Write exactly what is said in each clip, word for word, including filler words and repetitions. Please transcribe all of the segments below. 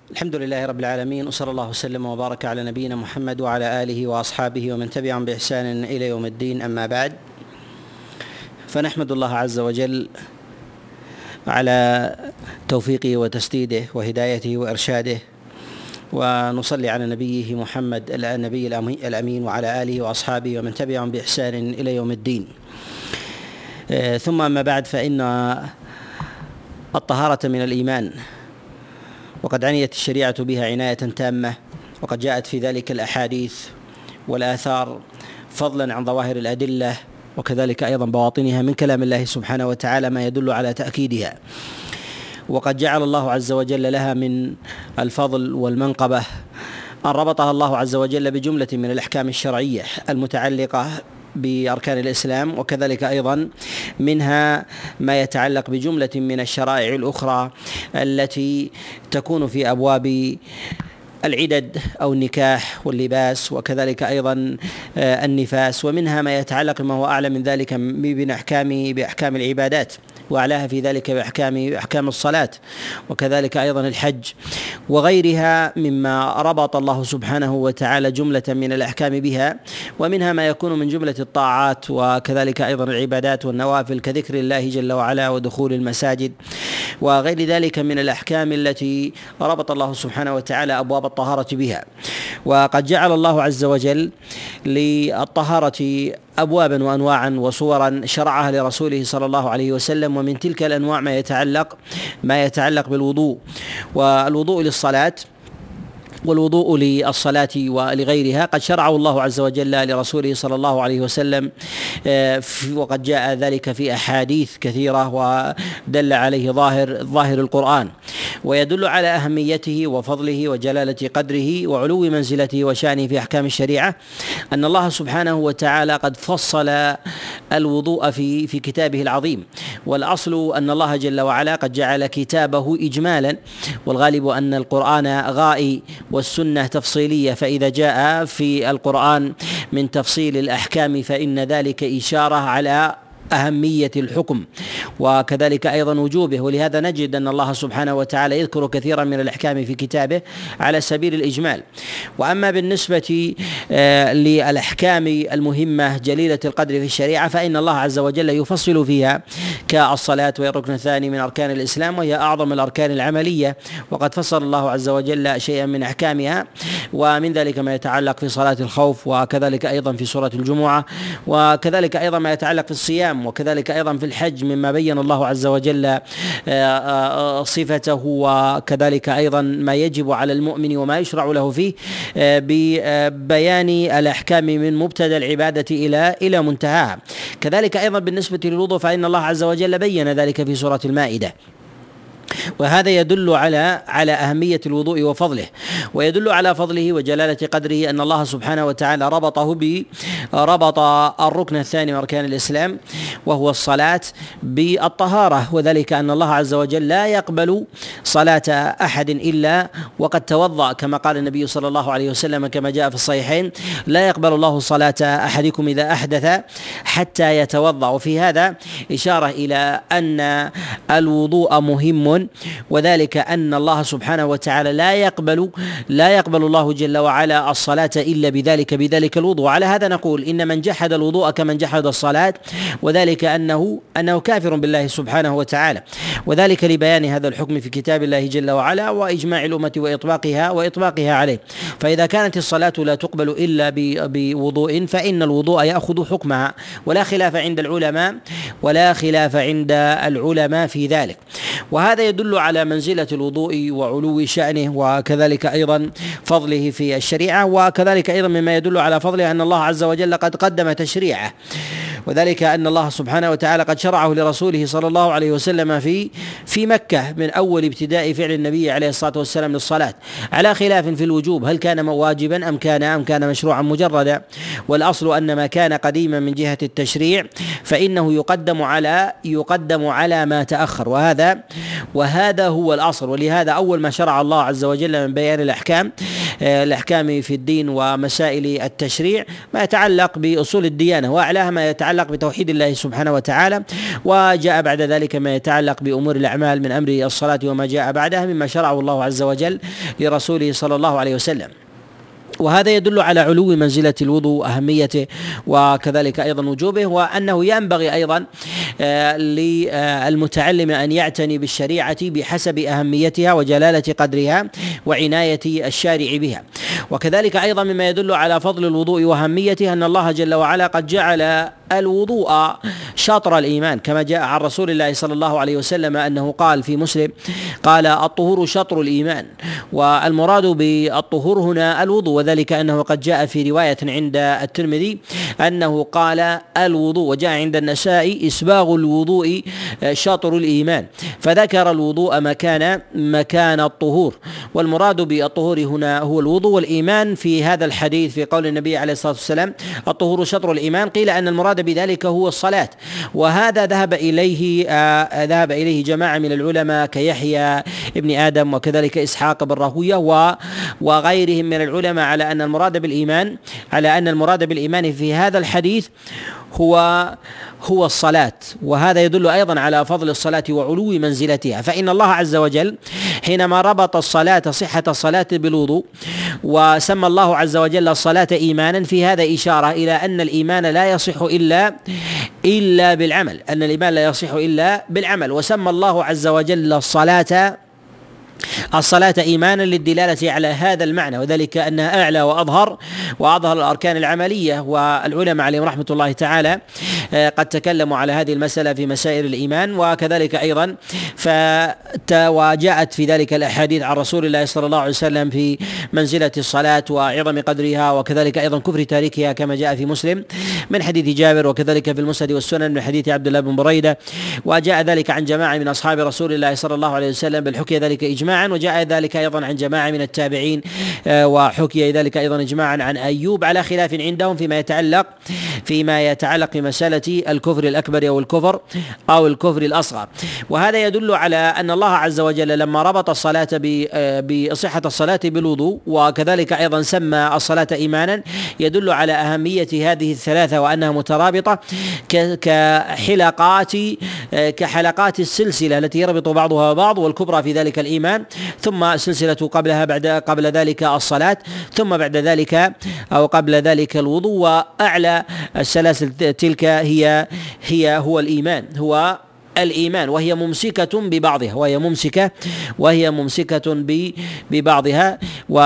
الحمد لله رب العالمين، وصلى الله وسلم وبارك على نبينا محمد وعلى آله وأصحابه ومن تبعهم بإحسان إلى يوم الدين. أما بعد، فنحمد الله عز وجل على توفيقه وتسديده وهدايته وإرشاده، ونصلي على نبيه محمد النبي الأمين وعلى آله وأصحابه ومن تبعهم بإحسان إلى يوم الدين. ثم أما بعد، فإن الطهارة من الإيمان، وقد عنيت الشريعة بها عناية تامة، وقد جاءت في ذلك الأحاديث والآثار فضلا عن ظواهر الأدلة، وكذلك أيضا بواطنها من كلام الله سبحانه وتعالى ما يدل على تأكيدها. وقد جعل الله عز وجل لها من الفضل والمنقبة أن ربطها الله عز وجل بجملة من الأحكام الشرعية المتعلقة بأركان الإسلام، وكذلك أيضا منها ما يتعلق بجملة من الشرائع الأخرى التي تكون في أبواب العدد أو النكاح واللباس، وكذلك أيضا النفاس، ومنها ما يتعلق ما هو أعلى من ذلك بأحكام بأحكام العبادات، وأعلاها في ذلك بأحكام أحكام الصلاة، وكذلك أيضا الحج وغيرها مما ربط الله سبحانه وتعالى جملة من الأحكام بها، ومنها ما يكون من جملة الطاعات وكذلك أيضا العبادات والنوافل كذكر الله جل وعلا ودخول المساجد وغير ذلك من الأحكام التي ربط الله سبحانه وتعالى أبواب الطهارة بها. وقد جعل الله عز وجل للطهارة أبوابا وأنواعا وصورا شرعها لرسوله صلى الله عليه وسلم، ومن تلك الأنواع ما يتعلق ما يتعلق بالوضوء، والوضوء للصلاة والوضوء للصلاة ولغيرها قد شرعه الله عز وجل لرسوله صلى الله عليه وسلم، وقد جاء ذلك في أحاديث كثيرة ودل عليه ظاهر ظاهر القرآن، ويدل على أهميته وفضله وجلالة قدره وعلو منزلته وشأنه في أحكام الشريعة أن الله سبحانه وتعالى قد فصل الوضوء في في كتابه العظيم. والأصل أن الله جل وعلا قد جعل كتابه إجمالا، والغالب أن القرآن غائي والسنة تفصيلية، فإذا جاء في القرآن من تفصيل الأحكام فإن ذلك إشارة على أهمية الحكم وكذلك أيضا وجوبه. ولهذا نجد أن الله سبحانه وتعالى يذكر كثيرا من الأحكام في كتابه على سبيل الإجمال. وأما بالنسبة للأحكام المهمة جليلة القدر في الشريعة فإن الله عز وجل يفصل فيها كالصلاة، وهي الركن الثاني من أركان الإسلام، وهي أعظم الأركان العملية، وقد فصل الله عز وجل شيئا من أحكامها، ومن ذلك ما يتعلق في صلاة الخوف، وكذلك أيضا في سورة الجمعة، وكذلك أيضا ما يتعلق في الصيام، وكذلك أيضا في الحج مما بين الله عز وجل صفته، وكذلك أيضا ما يجب على المؤمن وما يشرع له فيه ببيان الأحكام من مبتدأ العبادة إلى إلى منتهاها. كذلك أيضا بالنسبة للوضوء فإن الله عز وجل بين ذلك في سورة المائدة، وهذا يدل على على أهمية الوضوء وفضله، ويدل على فضله وجلالة قدره أن الله سبحانه وتعالى ربطه ب ربط الركن الثاني من أركان الإسلام وهو الصلاة بالطهارة، وذلك أن الله عز وجل لا يقبل صلاة أحد إلا وقد توضأ، كما قال النبي صلى الله عليه وسلم كما جاء في الصحيحين: لا يقبل الله صلاة أحدكم إذا أحدث حتى يتوضأ. وفي هذا إشارة إلى أن الوضوء مهم، وذلك أن الله سبحانه وتعالى لا يقبل لا يقبل الله جل وعلا الصلاة إلا بذلك بذلك الوضوء. على هذا نقول إن من جحد الوضوء كمن جحد الصلاة، وذلك أنه أنه كافر بالله سبحانه وتعالى، وذلك لبيان هذا الحكم في كتاب الله جل وعلا وإجماع الأمة وإطباقها وإطباقها عليه. فإذا كانت الصلاة لا تقبل إلا بوضوء فإن الوضوء يأخذ حكمها، ولا خلاف عند العلماء ولا خلاف عند العلماء في ذلك. وهذا يدل على منزلة الوضوء وعلو شأنه، وكذلك أيضا فضله في الشريعة، وكذلك أيضا مما يدل على فضله أن الله عز وجل قد قدم تشريعه، وذلك أن الله سبحانه وتعالى قد شرعه لرسوله صلى الله عليه وسلم في في مكة من أول ابتداء فعل النبي عليه الصلاة والسلام للصلاة، على خلاف في الوجوب هل كان واجبا أم كان أم كان مشروعا مجردا. والأصل أن ما كان قديما من جهة التشريع فإنه يقدم على يقدم على ما تأخر، وهذا وهذا هو الأصل. ولهذا أول ما شرع الله عز وجل من بيان الأحكام الأحكام في الدين ومسائل التشريع ما يتعلق بأصول الديانة، وأعلاها ما يتعلق بتوحيد الله سبحانه وتعالى، وجاء بعد ذلك ما يتعلق بأمور الأعمال من أمر الصلاة وما جاء بعدها مما شرعه الله عز وجل لرسوله صلى الله عليه وسلم. وهذا يدل على علو منزلة الوضوء وأهميته وكذلك أيضا وجوبه، وأنه ينبغي أيضا للمتعلم أن يعتني بالشريعة بحسب أهميتها وجلالة قدرها وعناية الشارع بها. وكذلك أيضا مما يدل على فضل الوضوء وأهميته أن الله جل وعلا قد جعل الوضوء شطر الإيمان، كما جاء عن رسول الله صلى الله عليه وسلم أنه قال في مسلم قال الطهور شطر الإيمان، والمراد بالطهور هنا الوضوء، وذلك أنه قد جاء في رواية عند الترمذي أنه قال الوضوء، وجاء عند النسائي إسباغ الوضوء شطر الإيمان، فذكر الوضوء مكان مكان الطهور، والمراد بالطهور هنا هو الوضوء. والإيمان في هذا الحديث في قول النبي عليه الصلاة والسلام الطهور شطر الإيمان قيل أن المراد بذلك هو الصلاة، وهذا ذهب إليه آه ذهب إليه جماعة من العلماء كيحيى ابن آدم وكذلك إسحاق بن راهوية وغيرهم من العلماء على أن المراد بالإيمان على أن المراد بالإيمان في هذا الحديث هو هو الصلاة، وهذا يدل أيضا على فضل الصلاة وعلو منزلتها، فإن الله عز وجل حينما ربط الصلاة صحة الصلاة بالوضوء وسمى الله عز وجل الصلاة إيمانا، في هذا إشارة إلى أن الإيمان لا يصح إلا إلا بالعمل، أن الإيمان لا يصح إلا بالعمل، وسمى الله عز وجل الصلاة الصلاة إيمانا للدلالة على هذا المعنى، وذلك أنها أعلى وأظهر وأظهر الأركان العملية. والعلماء عليهم رحمة الله تعالى قد تكلموا على هذه المسألة في مسائل الإيمان، وكذلك أيضا وجاءت في ذلك الأحاديث عن رسول الله صلى الله عليه وسلم في منزلة الصلاة وعظم قدرها، وكذلك أيضا كفر تاركها كما جاء في مسلم من حديث جابر، وكذلك في المسند والسنن من حديث عبد الله بن بريدة، وجاء ذلك عن جماعة من أصحاب رسول الله صلى الله عليه وسلم بالحكي ذلك إجماعا، وجاء ذلك أيضا عن جماعة من التابعين وحكي ذلك أيضا إجماعا عن أيوب على خلاف عندهم فيما يتعلق فيما يتعلق بمسألة الكفر الأكبر أو الكفر أو الكفر الأصغر. وهذا يدل على أن الله عز وجل لما ربط الصلاة بصحة الصلاة بالوضوء، وكذلك أيضا سمى الصلاة إيمانا، يدل على أهمية هذه الثلاثة وأنها مترابطة كحلقات كحلقات السلسلة التي يربط بعضها بعض، والكبرى في ذلك الإيمان، ثم سلسلة قبلها بعد قبل ذلك الصلاة، ثم بعد ذلك أو قبل ذلك الوضوء، وأعلى السلاسل تلك هي هي هو الإيمان هو الإيمان وهي ممسكة ببعضها وهي ممسكة وهي ممسكة ببعضها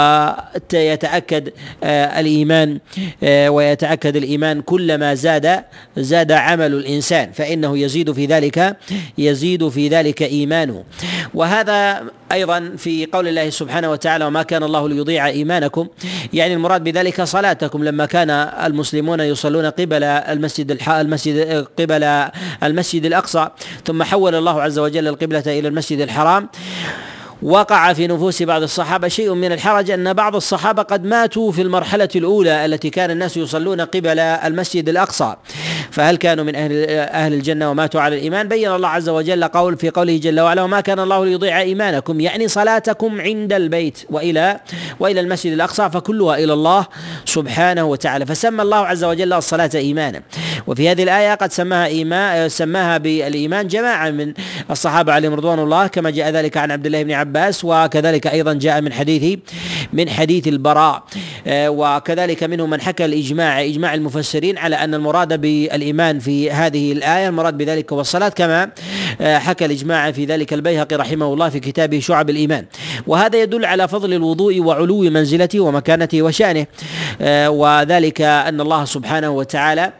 ويتأكد الإيمان ويتأكد الإيمان كلما زاد زاد عمل الإنسان، فإنه يزيد في ذلك يزيد في ذلك إيمانه. وهذا أيضا في قول الله سبحانه وتعالى وما كان الله ليضيع إيمانكم، يعني المراد بذلك صلاتكم، لما كان المسلمون يصلون قبل المسجد المسجد قبل المسجد الأقصى ثم حول الله عز وجل القبلة إلى المسجد الحرام، وقع في نفوس بعض الصحابة شيء من الحرج أن بعض الصحابة قد ماتوا في المرحلة الأولى التي كان الناس يصلون قبل المسجد الأقصى، فهل كانوا من أهل أهل الجنة وماتوا على الإيمان؟ بين الله عز وجل قول في قوله جل وعلا وما كان الله ليضيع إيمانكم، يعني صلاتكم عند البيت وإلى وإلى المسجد الأقصى، فكلها إلى الله سبحانه وتعالى، فسمى الله عز وجل الصلاة إيمانا. وفي هذه الآية قد سماها إيمان سماها بالإيمان جماعة من الصحابة عليهم رضوان الله، كما جاء ذلك عن عبد الله بن عباس، وكذلك أيضا جاء من حديث من حديث البراء، وكذلك منهم من حكى الإجماع إجماع المفسرين على أن المراد بالإيمان في هذه الآية المراد بذلك هو الصلاة، كما حكى الإجماع في ذلك البيهقي رحمه الله في كتابه شعب الإيمان. وهذا يدل على فضل الوضوء وعلو منزلته ومكانته وشأنه، وذلك أن الله سبحانه وتعالى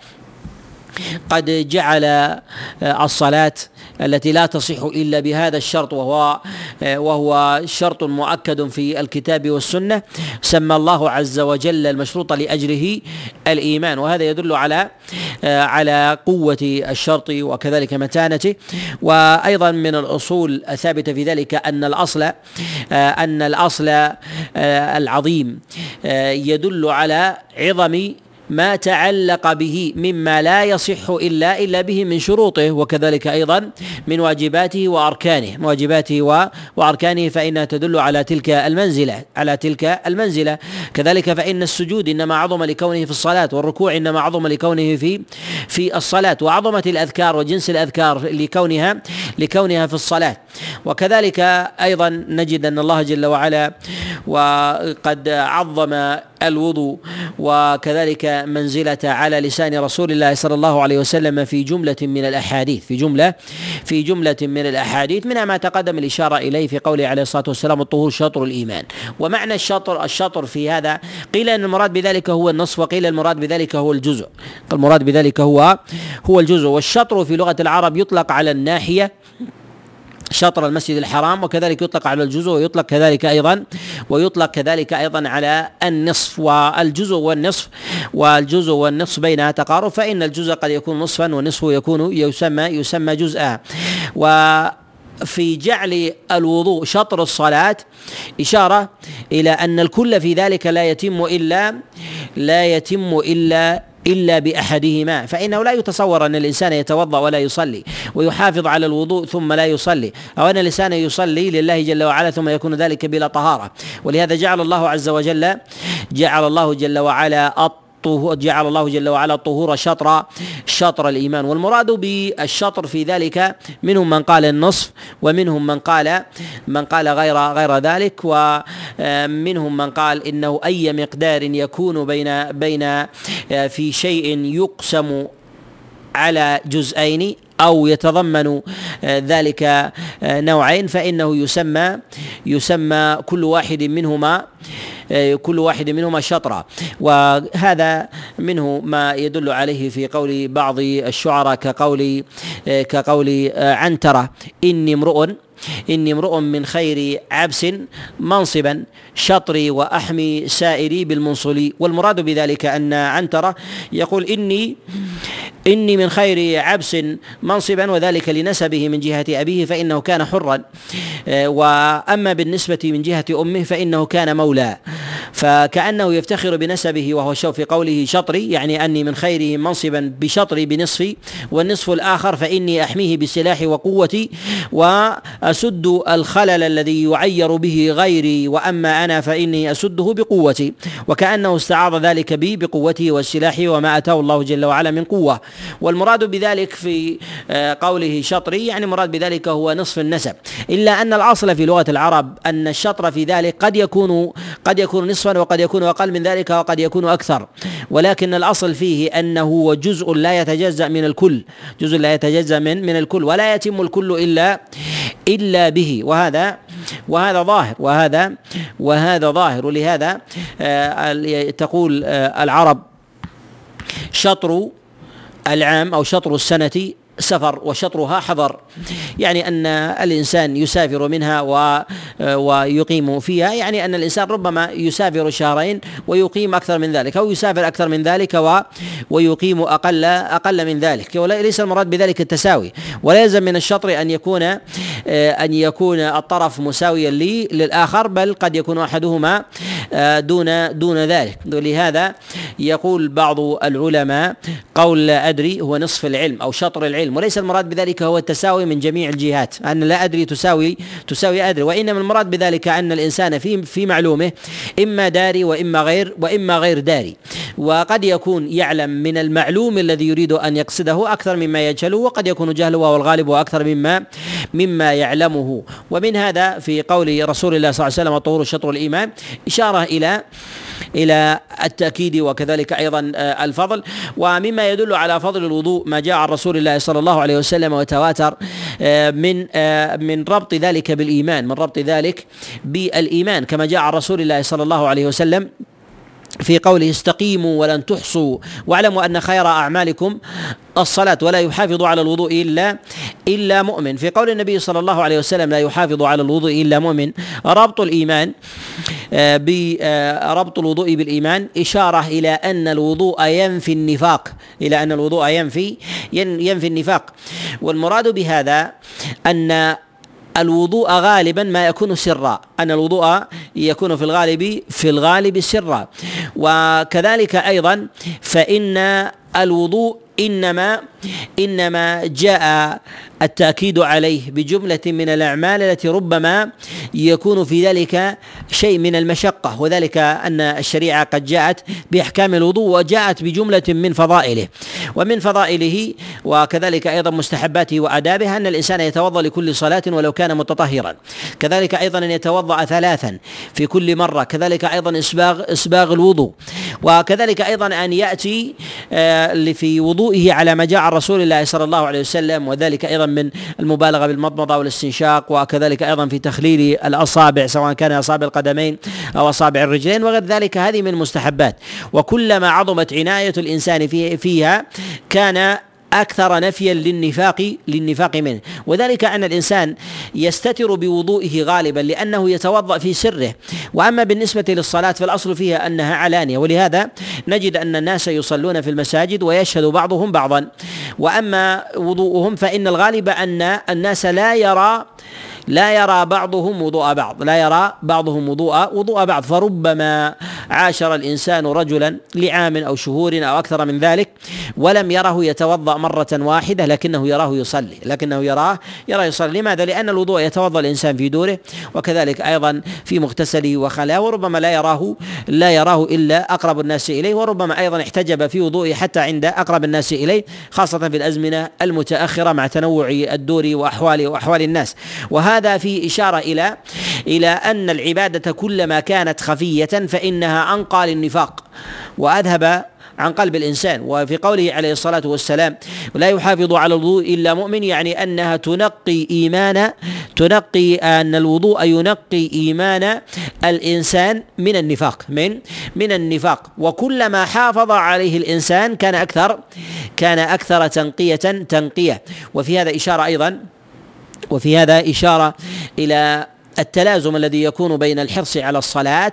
قد جعل الصلاة التي لا تصح إلا بهذا الشرط، وهو وهو شرط مؤكد في الكتاب والسنة، سمى الله عز وجل المشروط لأجله الإيمان، وهذا يدل على على قوة الشرط وكذلك متانته. وأيضا من الأصول الثابتة في ذلك أن الأصل أن الأصل العظيم يدل على عظم ما تعلق به مما لا يصح إلا إلا به من شروطه، وكذلك أيضا من واجباته وأركانه واجباته وأركانه فإنها تدل على تلك المنزلة على تلك المنزلة. كذلك فإن السجود إنما عظم لكونه في الصلاة، والركوع إنما عظم لكونه في في الصلاة، وعظمة الأذكار وجنس الأذكار لكونها لكونها في الصلاة. وكذلك أيضا نجد أن الله جل وعلا وقد عظم الوضوء وكذلك منزلة على لسان رسول الله صلى الله عليه وسلم في جملة من الأحاديث في جملة في جملة من الأحاديث منها ما تقدم الإشارة إليه في قوله عليه الصلاة والسلام: الطهور شطر الإيمان. ومعنى الشطر الشطر في هذا قيل أن المراد بذلك هو النصف، وقيل المراد بذلك هو الجزء المراد بذلك هو هو الجزء. والشطر في لغة العرب يطلق على الناحية، شطر المسجد الحرام، وكذلك يطلق على الجزء، ويطلق كذلك أيضا ويطلق كذلك أيضا على النصف. والجزء والنصف والجزء والنصف بينها تقارب، فإن الجزء قد يكون نصفا والنصف يكون يسمى يسمى جزءا. وفي جعل الوضوء شطر الصلاة إشارة إلى أن الكل في ذلك لا يتم إلا لا يتم إلا إلا بأحدهما، فإنه لا يتصور أن الإنسان يتوضأ ولا يصلي ويحافظ على الوضوء ثم لا يصلي، أو أن الإنسان يصلي لله جل وعلا ثم يكون ذلك بلا طهارة. ولهذا جعل الله عز وجل جعل الله جل وعلا جعل الله جل وعلا الطهور شطر شطر الإيمان. والمراد بالشطر في ذلك منهم من قال النصف، ومنهم من قال من قال غير غير ذلك، ومنهم من قال إنه أي مقدار يكون بين بين في شيء يقسم على جزئين أو يتضمن ذلك نوعين فإنه يسمى يسمى كل واحد منهما كل واحد منهما شطرا. وهذا منه ما يدل عليه في قول بعض الشعراء كقول كقول عنترة: إني امرؤ إني امرؤ من خير عبس منصبا شطري وأحمي سائري بالمنصل. والمراد بذلك أن عنترة يقول: إني إني من خير عبس منصبا، وذلك لنسبه من جهة أبيه فإنه كان حرا، وأما بالنسبة من جهة أمه فإنه كان مولى، فكأنه يفتخر بنسبه وهو شوف في قوله شطري، يعني أني من خيره منصبا بشطري بنصفي، والنصف الآخر فإني أحميه بسلاحي وقوتي وأسد الخلل الذي يعير به غيري، وأما أنا فإني أسده بقوتي. وكأنه استعاض ذلك بي بقوته والسلاح وما أتاه الله جل وعلا من قوة. والمراد بذلك في قوله شطري يعني مراد بذلك هو نصف النسب، إلا أن الأصل في لغة العرب أن الشطر في ذلك قد يكون قد يكون نصفا وقد يكون أقل من ذلك وقد يكون أكثر، ولكن الأصل فيه أنه هو جزء لا يتجزأ من الكل جزء لا يتجزأ من من الكل، ولا يتم الكل إلا إلا به. وهذا وهذا ظاهر وهذا وهذا ظاهر ولهذا تقول العرب: شطر العام أو شطر السنة سفر وشطرها حضر، يعني أن الإنسان يسافر منها و ويقيم فيها، يعني أن الإنسان ربما يسافر شهرين ويقيم أكثر من ذلك، أو يسافر أكثر من ذلك و ويقيم أقل أقل من ذلك. وليس المراد بذلك التساوي، ولا يلزم من الشطر أن يكون أن يكون الطرف مساويا لي للآخر، بل قد يكون أحدهما دون دون ذلك. ولهذا يقول بعض العلماء قول لا أدري هو نصف العلم أو شطر العلم، وليس المراد بذلك هو التساوي من جميع الجهات، أن لا أدري تساوي تساوي أدري، وإنما المراد بذلك أن الإنسان في في معلومه إما داري وإما غير وإما غير داري، وقد يكون يعلم من المعلوم الذي يريد أن يقصده أكثر مما يجهله، وقد يكون جهله وهو الغالب أكثر مما مما يعلمه. ومن هذا في قول رسول الله صلى الله عليه وسلم: الطهور شطر الإيمان، إشارة إلى إلى التأكيد وكذلك أيضا الفضل. ومما يدل على فضل الوضوء ما جاء عن رسول الله صلى الله عليه وسلم وتواتر من من ربط ذلك بالإيمان من ربط ذلك بالإيمان كما جاء عن رسول الله صلى الله عليه وسلم في قوله: استقيموا ولن تحصوا واعلموا أن خير أعمالكم الصلاة ولا يحافظ على الوضوء إلا إلا مؤمن. في قول النبي صلى الله عليه وسلم: لا يحافظ على الوضوء إلا مؤمن، ربط الإيمان بربط الوضوء بالإيمان إشارة إلى أن الوضوء ينفي النفاق إلى أن الوضوء ينفي ينفي النفاق. والمراد بهذا أن الوضوء غالبا ما يكون سرا، أن الوضوء يكون في الغالب في الغالب سرا. وكذلك أيضا فإن الوضوء إنما إنما جاء التأكيد عليه بجملة من الأعمال التي ربما يكون في ذلك شيء من المشقة، وذلك أن الشريعة قد جاءت بأحكام الوضوء وجاءت بجملة من فضائله، ومن فضائله وكذلك أيضا مستحباته وآدابه أن الإنسان يتوضأ لكل صلاة ولو كان متطهرا، كذلك أيضا أن يتوضأ ثلاثا في كل مرة، كذلك أيضا إسباغ إسباغ الوضوء، وكذلك أيضا أن يأتي في وضوئه على ما جاء عن رسول الله صلى الله عليه وسلم، وذلك أيضا من المبالغة بالمضمضة والاستنشاق، وكذلك أيضا في تخليل الأصابع سواء كان أصابع القدمين أو أصابع الرجلين وغير ذلك، هذه من المستحبات. وكلما عظمت عناية الإنسان فيها كان أكثر نفيا للنفاق للنفاق منه، وذلك أن الإنسان يستتر بوضوئه غالبا لأنه يتوضأ في سره، وأما بالنسبة للصلاة فالأصل فيها أنها علانية، ولهذا نجد أن الناس يصلون في المساجد ويشهد بعضهم بعضا، وأما وضوءهم فإن الغالب أن الناس لا يرى لا يرى بعضهم وضوء بعض لا يرى بعضهم وضوء وضوء بعض فربما عاشر الإنسان رجلا لعام أو شهور أو أكثر من ذلك ولم يره يتوضأ مرة واحدة، لكنه يراه يصلي لكنه يراه يرى يصلي. لماذا؟ لأن الوضوء يتوضأ الإنسان في دوره، وكذلك أيضا في مغتسله وخلاه، وربما لا يراه لا يراه إلا أقرب الناس إليه، وربما أيضا احتجب في وضوءه حتى عند أقرب الناس إليه، خاصة في الأزمنة المتأخرة مع تنوع الدور وأحوال وأحوال الناس. وهذا في إشارة إلى إلى أن العبادة كلما كانت خفية فإنها أنقى للنفاق وأذهب عن قلب الإنسان. وفي قوله عليه الصلاة والسلام لا يحافظ على الوضوء إلا مؤمن، يعني أنها تنقي إيمان تنقي أن الوضوء ينقي إيمان الإنسان من النفاق من من النفاق وكلما حافظ عليه الإنسان كان أكثر كان أكثر تنقية تنقية. وفي هذا إشارة أيضا وفي هذا إشارة إلى التلازم الذي يكون بين الحرص على الصلاة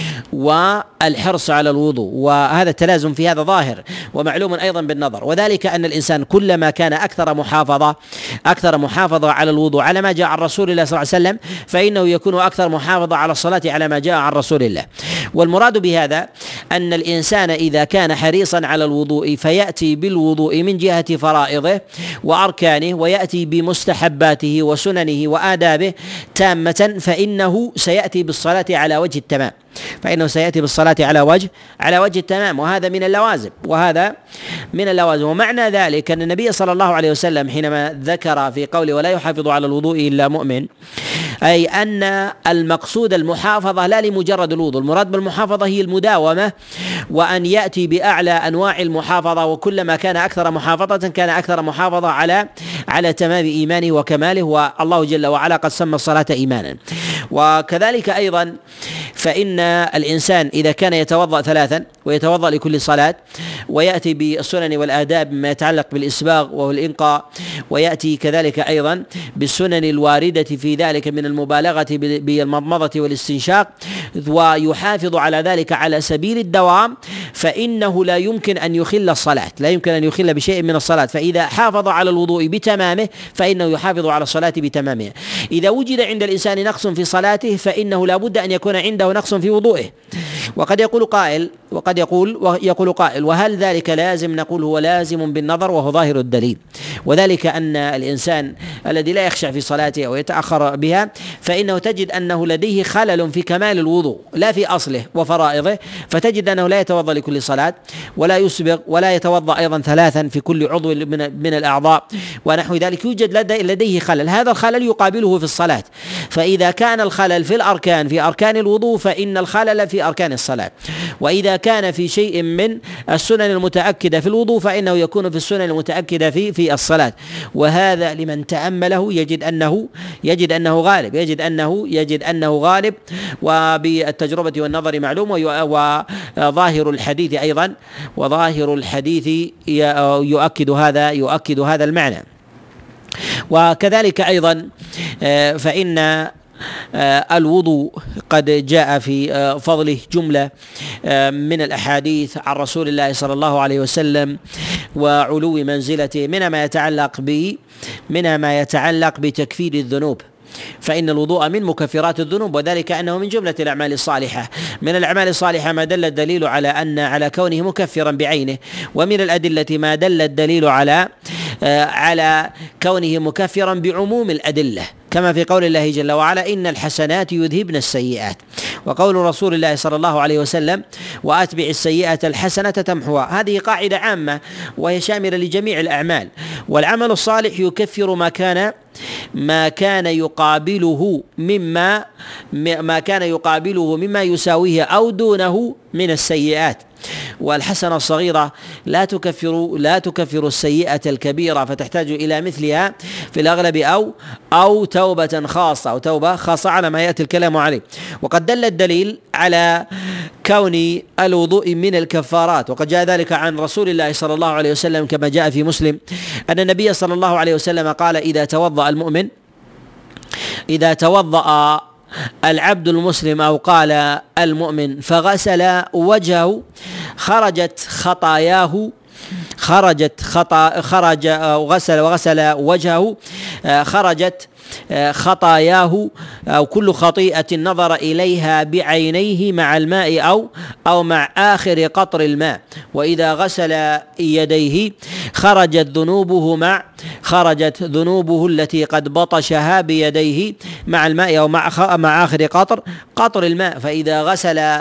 والحرص على الوضوء، وهذا التلازم في هذا ظاهر ومعلوم أيضا بالنظر، وذلك أن الإنسان كلما كان أكثر محافظة أكثر محافظة على الوضوء على ما جاء عن رسول الله صلى الله عليه وسلم فإنه يكون أكثر محافظة على الصلاة على ما جاء عن رسول الله. والمراد بهذا أن الإنسان إذا كان حريصا على الوضوء فيأتي بالوضوء من جهة فرائضه وأركانه ويأتي بمستحباته وسننه وآدابه تامة، فإنه سيأتي بالصلاة على وجه التمام فإنه سيأتي بالصلاة على وجه على وجه التمام وهذا من اللوازم وهذا من اللوازم. ومعنى ذلك أن النبي صلى الله عليه وسلم حينما ذكر في قوله ولا يحافظ على الوضوء إلا مؤمن، أي أن المقصود المحافظة لا لمجرد الوضوء، المراد بالمحافظة هي المداومة، وأن يأتي بأعلى أنواع المحافظة، وكلما كان أكثر محافظة كان أكثر محافظة على على تمام إيمانه وكماله، والله جل وعلا قد سمى الصلاة إيمانا. وكذلك أيضا فإن الإنسان إذا كان يتوضأ ثلاثا ويتوضأ لكل صلاة ويأتي بالسنن والآداب ما يتعلق بالإسباغ وهو الإنقاء، ويأتي كذلك أيضا بالسنن الواردة في ذلك من المبالغة بالمضمضة والاستنشاق، ويحافظ على ذلك على سبيل الدوام، فإنه لا يمكن أن يخل الصلاة لا يمكن أن يخل بشيء من الصلاة. فإذا حافظ على الوضوء بتمامه فإنه يحافظ على الصلاة بتمامها. إذا وجد عند الإنسان نقص في صلاته فإنه لا بد أن يكون عنده نقص في وضوئه. وقد يقول قائل وقد يقول ويقول قائل وهل ذلك لازم؟ نقول هو لازم بالنظر وهو ظاهر الدليل، وذلك أن الإنسان الذي لا يخشع في صلاته أو يتأخر بها فإنه تجد أنه لديه خلل في كمال الوضوء لا في أصله وفرائضه، فتجد أنه لا يتوضأ لكل صلاة ولا يسبغ ولا يتوضأ أيضا ثلاثا في كل عضو من, من الأعضاء ونحو ذلك، يوجد لدي لديه خلل، هذا الخلل يقابله في الصلاة. فإذا كان الخلل في الأركان في أركان الوضوء فإن الخلل في أركان الصلاة، وإذا كان في شيء من السنن المتأكدة في الوضوء فإنه يكون في السنن المتأكدة في في الصلاة. وهذا لمن تأمله يجد أنه يجد أنه غالب يجد أنه يجد أنه غالب وبالتجربة والنظر معلوم. وظاهر الحديث أيضا وظاهر الحديث يؤكد هذا يؤكد هذا المعنى. وكذلك أيضا فإن الوضوء قد جاء في فضله جملة من الأحاديث عن رسول الله صلى الله عليه وسلم وعلو منزلته، منها ما يتعلق ب منها ما يتعلق بتكفير الذنوب فإن الوضوء من مكفرات الذنوب، وذلك أنه من جملة الأعمال الصالحة. من الأعمال الصالحة ما دل الدليل على أن على كونه مكفرا بعينه، ومن الأدلة ما دل الدليل على على كونه مكفرا بعموم الأدلة، كما في قول الله جل وعلا: إن الحسنات يذهبن السيئات، وقول رسول الله صلى الله عليه وسلم: وأتبع السيئة الحسنة تمحوها. هذه قاعدة عامة وهي شاملة لجميع الأعمال، والعمل الصالح يكفر ما كان ما كان يقابله مما ما كان يقابله مما يساويه أو دونه من السيئات، والحسنة الصغيرة لا تكفر لا تكفر السيئة الكبيرة، فتحتاج إلى مثلها في الأغلب أو أو توبة خاصة أو توبة خاصة على ما يأتي الكلام عليه. وقد دل الدليل على كون الوضوء من الكفارات، وقد جاء ذلك عن رسول الله صلى الله عليه وسلم كما جاء في مسلم أن النبي صلى الله عليه وسلم قال: إذا توضأ المؤمن إذا توضأ العبد المسلم أو قال المؤمن فغسل وجهه خرجت خطاياه خرجت خطا خرج وغسل وغسل وجهه خرجت خطاياه أو كل خطيئة نظر إليها بعينيه مع الماء أو أو مع آخر قطر الماء، وإذا غسل يديه خرجت ذنوبه مع خرجت ذنوبه التي قد بطشها بيديه مع الماء أو مع مع آخر قطر قطر الماء، فإذا غسل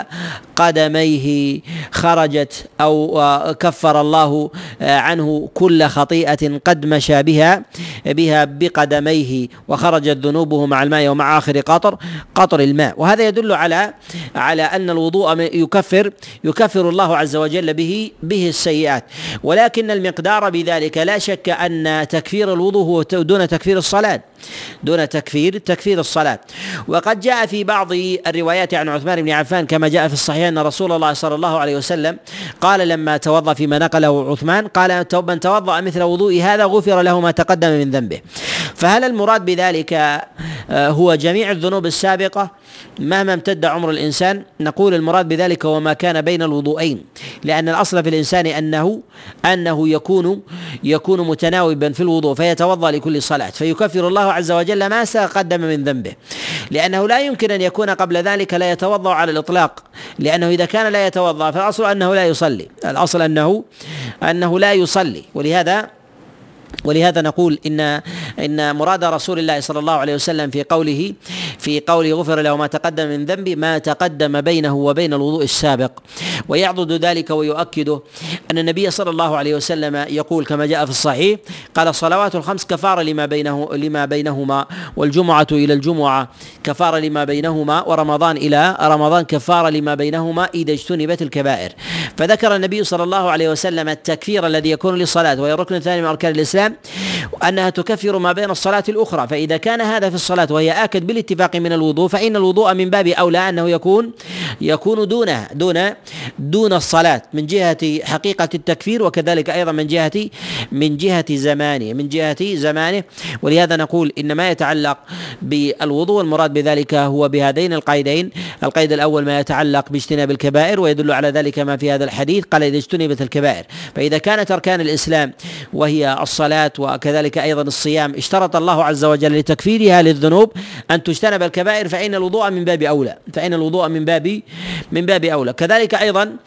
قدميه خرجت أو كفر الله عنه كل خطيئة قد مشى بها بها بقدميه، وخرجت ذنوبه مع الماء ومع آخر قطر قطر الماء. وهذا يدل على على أن الوضوء يكفر يكفر الله عز وجل به به السيئات، ولكن المقدار بذلك لا شك أن تكفير الوضوء هو دون تكفير الصلاة دون تكفير تكفير الصلاة. وقد جاء في بعض الروايات عن عثمان بن عفان كما جاء في الصحيح أن رسول الله صلى الله عليه وسلم قال لما توضأ، فيما نقله عثمان قال: من توضأ مثل وضوء هذا غفر له ما تقدم من ذنبه. فهل المراد بذلك هو جميع الذنوب السابقة مهما امتد عمر الإنسان؟ نقول المراد بذلك هو ما كان بين الوضوءين، لأن الأصل في الإنسان أنه أنه يكون يكون متناوبا في الوضوء فيتوضأ لكل صلاة، فيكفر الله عز وجل ما تقدم من ذنبه، لأنه لا يمكن أن يكون قبل ذلك لا يتوضأ على الإطلاق، لأنه إذا كان لا يتوضأ فالأصل أنه لا يصلي الأصل أنه أنه لا يصلي ولهذا ولهذا نقول إن إن مراد رسول الله صلى الله عليه وسلم في قوله في قوله غفر له ما تقدم من ذنبه ما تقدم بينه وبين الوضوء السابق. ويعضد ذلك ويؤكده أن النبي صلى الله عليه وسلم يقول كما جاء في الصحيح قال: الصلوات الخمس كفارة لما بينه لما بينهما، والجمعة إلى الجمعة كفارة لما بينهما، ورمضان إلى رمضان كفارة لما بينهما إذا اجتنبت الكبائر. فذكر النبي صلى الله عليه وسلم التكفير الذي يكون للصلاة وهي الركن الثاني من أركان الإسلام، وأنها تكفر ما بين الصلاة الأخرى. فإذا كان هذا في الصلاة وهي آكد بالاتفاق من الوضوء، فإن الوضوء من باب أولى أنه يكون يكون دونها دون دون الصلاة من جهة حقيقة التكفير، وكذلك أيضا من جهة من جهة زمانه من جهة زمانه ولهذا نقول إن ما يتعلق بالوضوء المراد بذلك هو بهذين القيدين: القيد الأول ما يتعلق باجتناب الكبائر، ويدل على ذلك ما في هذا الحديث قال: إذا اجتنبت الكبائر. فإذا كانت أركان الإسلام وهي الصلاة وكذلك أيضا الصيام اشترط الله عز وجل لتكفيرها للذنوب أن تجتنب الكبائر، فإن الوضوء من باب أولى فإن الوضوء من باب من باب أولى. كذلك أيضا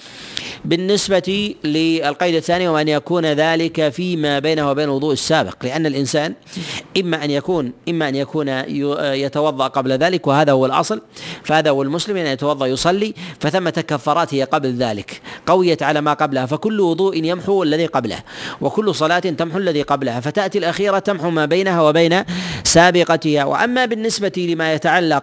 بالنسبة للقيد الثاني وأن يكون ذلك فيما بينه وبين الوضوء السابق، لأن الإنسان إما أن يكون إما أن يكون يتوضأ قبل ذلك، وهذا هو الأصل، فهذا هو المسلم أن يتوضأ يصلي، فثمة كفارات هي قبل ذلك قويت على ما قبلها، فكل وضوء يمحو الذي قبله، وكل صلاة تمحو الذي قبلها، فتأتي الأخيرة تمحو ما بينها وبين سابقتها. وأما بالنسبة لما يتعلق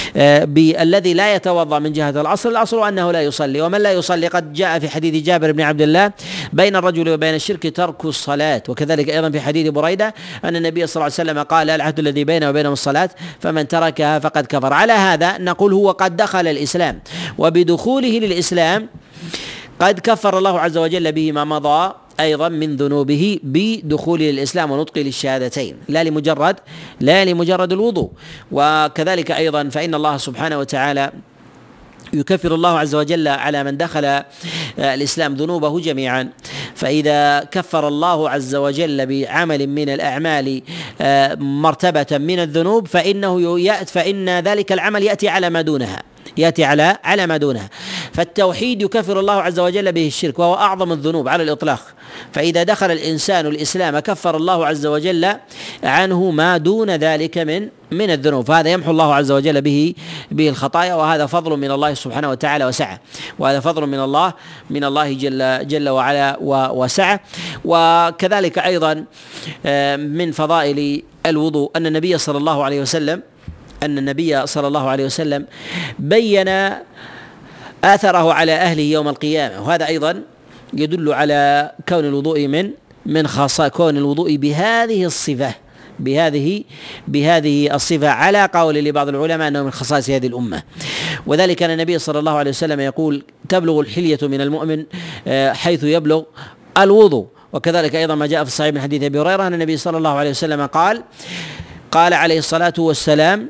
بالذي لا يتوضأ من جهة الأصل، الأصل أنه لا يصلي، ومن لا يصلي قد جاء في حديث جابر بن عبد الله: بين الرجل وبين الشرك ترك الصلاة. وكذلك أيضا في حديث بريدة أن النبي صلى الله عليه وسلم قال: العهد الذي بينه وبينهم الصلاة فمن تركها فقد كفر. على هذا نقول هو قد دخل الإسلام، وبدخوله للإسلام قد كفر الله عز وجل به ما مضى أيضا من ذنوبه بدخول الإسلام ونطقه للشهادتين، لا لمجرد لا لمجرد الوضوء. وكذلك أيضا فإن الله سبحانه وتعالى يكفر الله عز وجل على من دخل الإسلام ذنوبه جميعا. فإذا كفر الله عز وجل بعمل من الأعمال مرتبة من الذنوب فإنه يأتي فإن ذلك العمل يأتي على ما دونها يأتي على على ما دونها. فالتوحيد يكفر الله عز وجل به الشرك، وهو أعظم الذنوب على الإطلاق. فإذا دخل الإنسان الإسلام كفر الله عز وجل عنه ما دون ذلك من من الذنوب، فهذا يمحو الله عز وجل به به الخطايا، وهذا فضل من الله سبحانه وتعالى وسعه، وهذا فضل من الله من الله جل جل وعلا وسعه. وكذلك أيضا من فضائل الوضوء أن النبي صلى الله عليه وسلم أن النبي صلى الله عليه وسلم بين آثره على أهله يوم القيامة، وهذا أيضا يدل على كون الوضوء من من خاصة كون الوضوء بهذه الصفة بهذه بهذه الصفة على قول لبعض العلماء أنه من خصائص هذه الأمة. وذلك أن النبي صلى الله عليه وسلم يقول: تبلغ الحلية من المؤمن حيث يبلغ الوضوء. وكذلك أيضا ما جاء في الصحيح من حديث أبي هريرة أن النبي صلى الله عليه وسلم قال قال عليه الصلاة والسلام: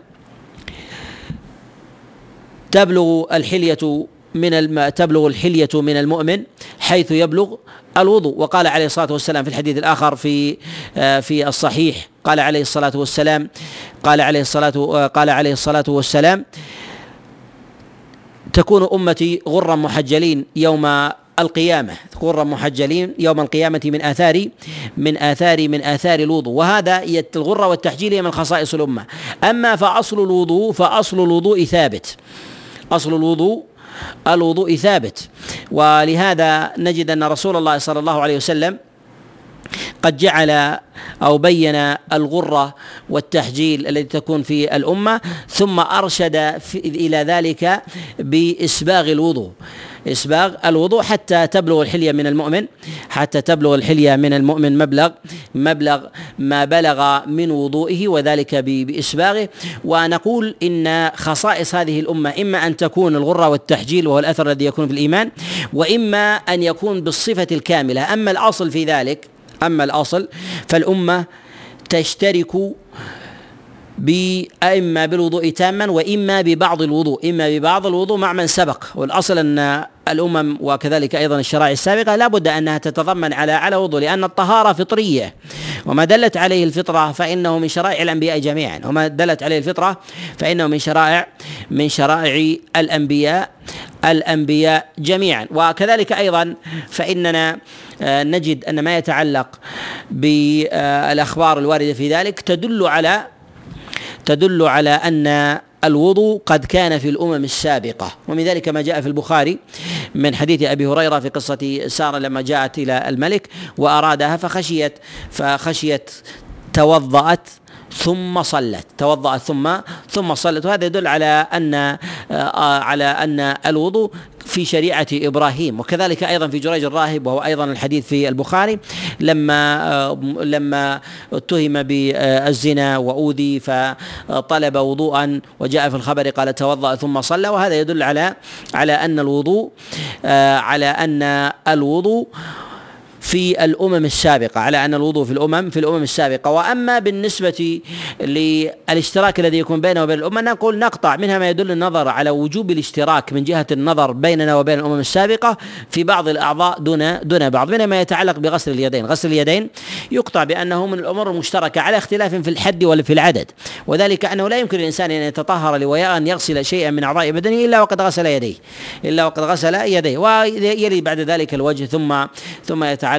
تبلغ الحلية من الم... تبلغ الحلية من المؤمن حيث يبلغ الوضوء. وقال عليه الصلاة والسلام في الحديث الآخر في في الصحيح قال عليه الصلاة والسلام قال عليه الصلاة قال عليه الصلاة والسلام: تكون أمتي غرا محجلين يوم القيامة غرا محجلين يوم القيامة من آثار من آثار من آثار الوضوء. وهذا الغرة والتحجيل هي من خصائص الأمة. أما فأصل الوضوء فأصل الوضوء ثابت أصل الوضوء الوضوء ثابت. ولهذا نجد أن رسول الله صلى الله عليه وسلم قد جعل أو بين الغرة والتحجيل التي تكون في الأمة، ثم أرشد إلى ذلك بإسباغ الوضوء إسباغ الوضوء حتى تبلغ الحلية من المؤمن حتى تبلغ الحلية من المؤمن مبلغ مبلغ ما بلغ من وضوئه، وذلك بإسباغه. ونقول إن خصائص هذه الأمة إما أن تكون الغرة والتحجيل وهو الأثر الذي يكون في الإيمان، وإما أن يكون بالصفة الكاملة. أما الأصل في ذلك أما الأصل فالأمة تشترك إما بالوضوء تاما وإما ببعض الوضوء إما ببعض الوضوء مع من سبق. والأصل أن الأمم وكذلك أيضا الشرائع السابقة لا بد أنها تتضمن على على وضوء، لأن الطهارة فطرية، وما دلت عليه الفطرة فإنه من شرائع الأنبياء جميعا وما دلت عليه الفطرة فإنه من شرائع من شرائع الأنبياء الأنبياء جميعا. وكذلك أيضا فإننا نجد أن ما يتعلق بالأخبار الواردة في ذلك تدل على تدل على أن الوضوء قد كان في الأمم السابقة. ومن ذلك ما جاء في البخاري من حديث أبي هريرة في قصة سارة لما جاءت إلى الملك وأرادها فخشيت فخشيت توضأت ثم صلت توضأت ثم ثم صلت. وهذا يدل على أن على أن الوضوء في شريعة إبراهيم. وكذلك أيضا في جريج الراهب، وهو أيضا الحديث في البخاري، لما لما اتهم بالزنا وأوذي فطلب وضوءا وجاء في الخبر قال توضأ ثم صلى. وهذا يدل على على أن الوضوء على أن الوضوء في الأمم السابقة على أن الوضوء في الأمم في الأمم السابقة. وأما بالنسبة للاشتراك الذي يكون بينه وبين الأمة نقول نقطع منها ما يدل النظر على وجوب الاشتراك من جهة النظر بيننا وبين الأمم السابقة في بعض الأعضاء دون دون بعض، منها ما يتعلق بغسل اليدين. غسل اليدين يقطع بأنه من الأمور المشتركة على اختلاف في الحد ولا في العدد، وذلك أنه لا يمكن للإنسان أن يتطهر وأن يغسل شيئا من أعضاء بدنه إلا وقد غسل يديه إلا وقد غسل يديه ويلي بعد ذلك الوجه، ثم ثم يتعلق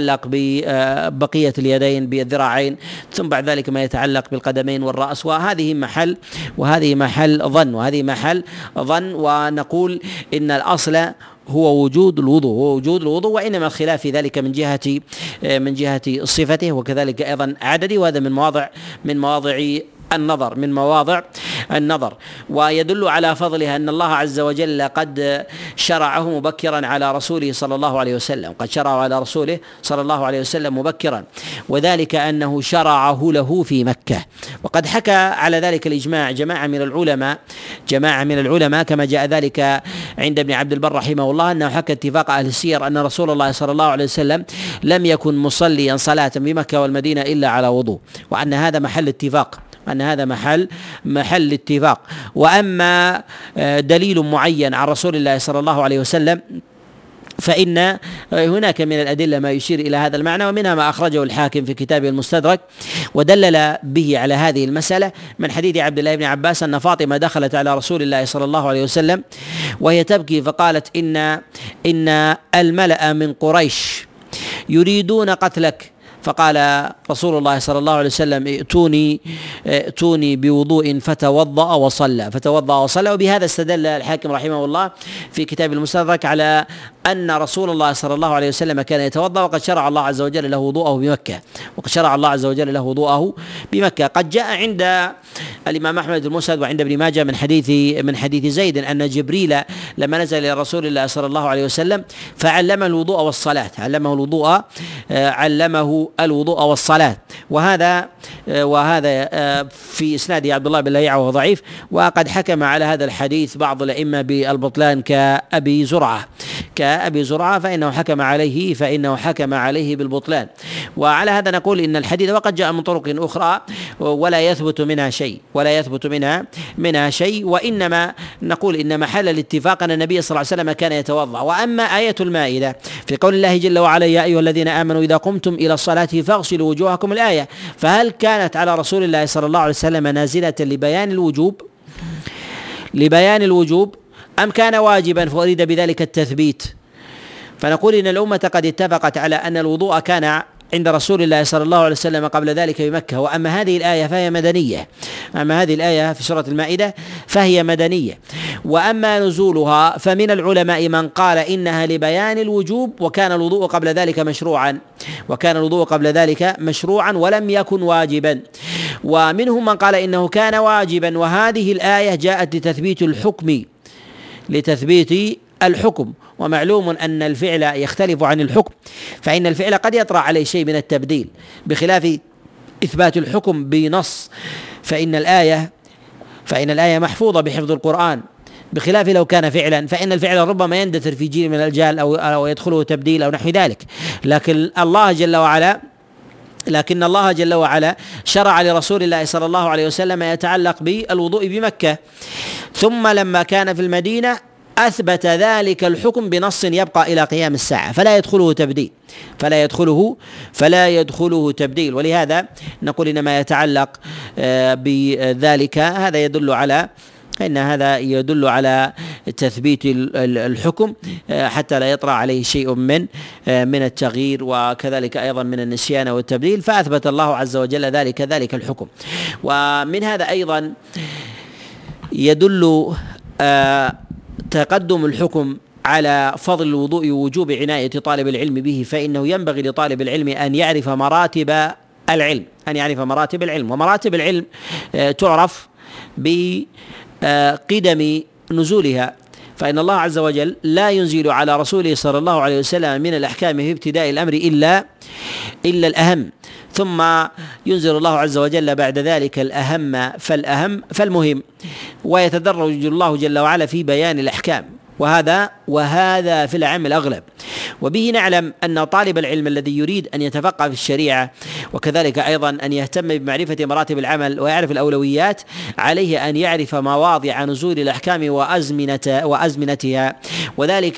ببقية اليدين بالذراعين، ثم بعد ذلك ما يتعلق بالقدمين والرأس. وهذه محل وهذه محل ظن وهذه محل ظن ونقول إن الأصل هو وجود الوضوء هو وجود الوضوء وإنما الخلاف في ذلك من جهة من جهة صفته وكذلك أيضا عدده، وهذا من مواضع من مواضع النظر من مواضع النظر. ويدل على فضلها أن الله عز وجل قد شرعه مبكرا على رسوله صلى الله عليه وسلم قد شرعه على رسوله صلى الله عليه وسلم مبكرا، وذلك أنه شرعه له في مكة. وقد حكى على ذلك الإجماع جماعة من العلماء جماعة من العلماء كما جاء ذلك عند ابن عبد البر رحمه الله أنه حكى اتفاق أهل السير أن رسول الله صلى الله عليه وسلم لم يكن مصليا صلاة بمكة والمدينة إلا على وضوء، وأن هذا محل اتفاق أن هذا محل محل اتفاق. وأما دليل معين عن رسول الله صلى الله عليه وسلم فإن هناك من الأدلة ما يشير إلى هذا المعنى، ومنها ما أخرجه الحاكم في كتابه المستدرك ودلل به على هذه المسألة من حديث عبد الله بن عباس أن فاطمة دخلت على رسول الله صلى الله عليه وسلم وهي تبكي فقالت إن إن الملأ من قريش يريدون قتلك، فقال رسول الله صلى الله عليه وسلم ائتوني ائتوني بوضوء فتوضأ وصلى فتوضأ وصلى. وبهذا استدل الحاكم رحمه الله في كتاب المستدرك على أن رسول الله صلى الله عليه وسلم كان يتوضأ، وقد شرع الله عز وجل له وضوءه بمكة وقد شرع الله عز وجل له وضوءه بمكة. قد جاء عند الإمام أحمد المسند وعند ابن ماجه من حديث من حديث زيد أن جبريل لما نزل إلى رسول الله صلى الله عليه وسلم فعلمه الوضوء والصلاة علمه الوضوء علمه الوضوء والصلاة. وهذا وهذا في إسناده عبد الله بن لهيعة وهو ضعيف، وقد حكم على هذا الحديث بعض الأئمة بالبطلان كأبي زرعة كأبي زرعة فإنه حكم عليه فإنه حكم عليه بالبطلان. وعلى هذا نقول إن الحديث وقد جاء من طرق أخرى ولا يثبت منها شيء ولا يثبت منها منها شيء وإنما نقول إن محل الاتفاق أن النبي صلى الله عليه وسلم كان يتوضأ. وأما آية المائدة في قول الله جل وعلا يا أيها الذين آمنوا إذا قمتم إلى الصلاة فاغسلوا وجوهكم الآية، فهل كانت على رسول الله صلى الله عليه وسلم نازلة لبيان الوجوب لبيان الوجوب أم كان واجبا فأريد بذلك التثبيت؟ فنقول إن الأمة قد اتفقت على أن الوضوء كان عند رسول الله صلى الله عليه وسلم قبل ذلك بمكة. وأما هذه الآية فهي مدنية أما هذه الآية في سورة المائدة فهي مدنية. وأما نزولها فمن العلماء من قال إنها لبيان الوجوب وكان الوضوء قبل ذلك مشروعا وكان الوضوء قبل ذلك مشروعا ولم يكن واجبا، ومنهم من قال إنه كان واجبا وهذه الآية جاءت لتثبيت الحكم لتثبيت الحكم. ومعلوم أن الفعل يختلف عن الحكم، فإن الفعل قد يطرأ عليه شيء من التبديل بخلاف إثبات الحكم بنص، فإن الآية فإن الآية محفوظة بحفظ القرآن، بخلاف لو كان فعلا فإن الفعل ربما يندثر في جيل من الأجيال أو أو يدخله تبديل أو نحو ذلك. لكن الله جل وعلا لكن الله جل وعلا شرع لرسول الله صلى الله عليه وسلم ما يتعلق بالوضوء بمكة، ثم لما كان في المدينة أثبت ذلك الحكم بنص يبقى إلى قيام الساعة فلا يدخله تبديل فلا يدخله فلا يدخله تبديل. ولهذا نقول إن ما يتعلق بذلك هذا يدل على إن هذا يدل على تثبيت الحكم حتى لا يطرأ عليه شيء من من التغيير وكذلك أيضا من النسيان والتبديل، فأثبت الله عز وجل ذلك ذلك الحكم. ومن هذا أيضا يدل تقدم الحكم على فضل الوضوء ووجوب عناية طالب العلم به، فإنه ينبغي لطالب العلم أن يعرف مراتب العلم أن يعرف مراتب العلم ومراتب العلم تعرف بقدم نزولها، فإن الله عز وجل لا ينزل على رسوله صلى الله عليه وسلم من الأحكام في ابتداء الأمر إلا إلا الأهم، ثم ينزل الله عز وجل بعد ذلك الأهم فالأهم فالمهم، ويتدرج الله جل وعلا في بيان الأحكام، وهذا وهذا في العام الأغلب. وبه نعلم أن طالب العلم الذي يريد أن يتفقه في الشريعة وكذلك أيضا أن يهتم بمعرفة مراتب العمل ويعرف الأولويات عليه أن يعرف مواضع نزول الأحكام وأزمنة وأزمنتها، وذلك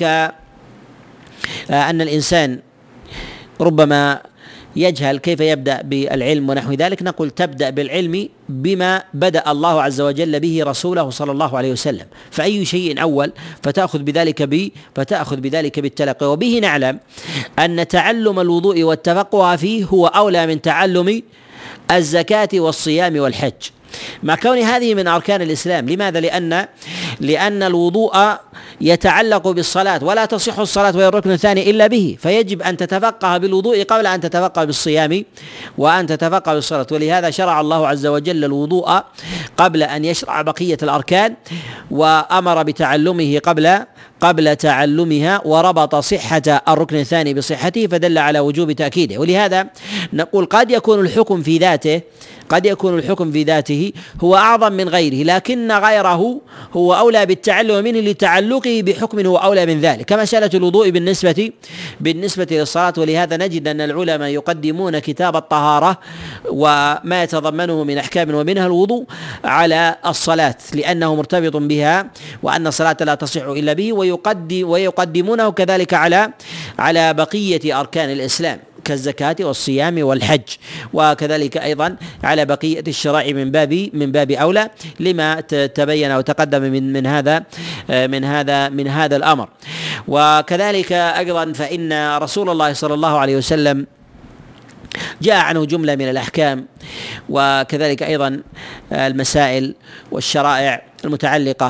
أن الإنسان ربما يجهل كيف يبدأ بالعلم ونحو ذلك. نقول تبدأ بالعلم بما بدأ الله عز وجل به رسوله صلى الله عليه وسلم، فأي شيء أول فتأخذ بذلك ب فتأخذ بذلك بالتلقي. وبه نعلم أن تعلم الوضوء والتفقه فيه هو أولى من تعلم الزكاة والصيام والحج، مع كون هذه من أركان الإسلام. لماذا؟ لأن لأن الوضوء يتعلق بالصلاة ولا تصح الصلاة وهي الركن الثاني إلا به، فيجب أن تتفقه بالوضوء قبل أن تتفقه بالصيام وأن تتفقه بالصلاة. ولهذا شرع الله عز وجل الوضوء قبل أن يشرع بقية الأركان، وأمر بتعلمه قبل قبل تعلمها، وربط صحة الركن الثاني بصحته فدل على وجوب تأكيده. ولهذا نقول قد يكون الحكم في ذاته قد يكون الحكم في ذاته هو أعظم من غيره، لكن غيره هو أولى بالتعلم منه لتعلقه بحكم هو أولى من ذلك، كمسألة الوضوء بالنسبة بالنسبة للصلاة. ولهذا نجد أن العلماء يقدمون كتاب الطهارة وما يتضمنه من أحكام ومنها الوضوء على الصلاة، لأنه مرتبط بها وأن الصلاة لا تصح إلا به، ويقدم ويقدمونه كذلك على على بقية أركان الإسلام كالزكاة والصيام والحج، وكذلك أيضا على بقية الشرائع من باب من باب أولى لما تبين وتقدم من من هذا من هذا من هذا الأمر. وكذلك أيضا فإن رسول الله صلى الله عليه وسلم جاء عنه جملة من الأحكام، وكذلك أيضا المسائل والشرائع المتعلقة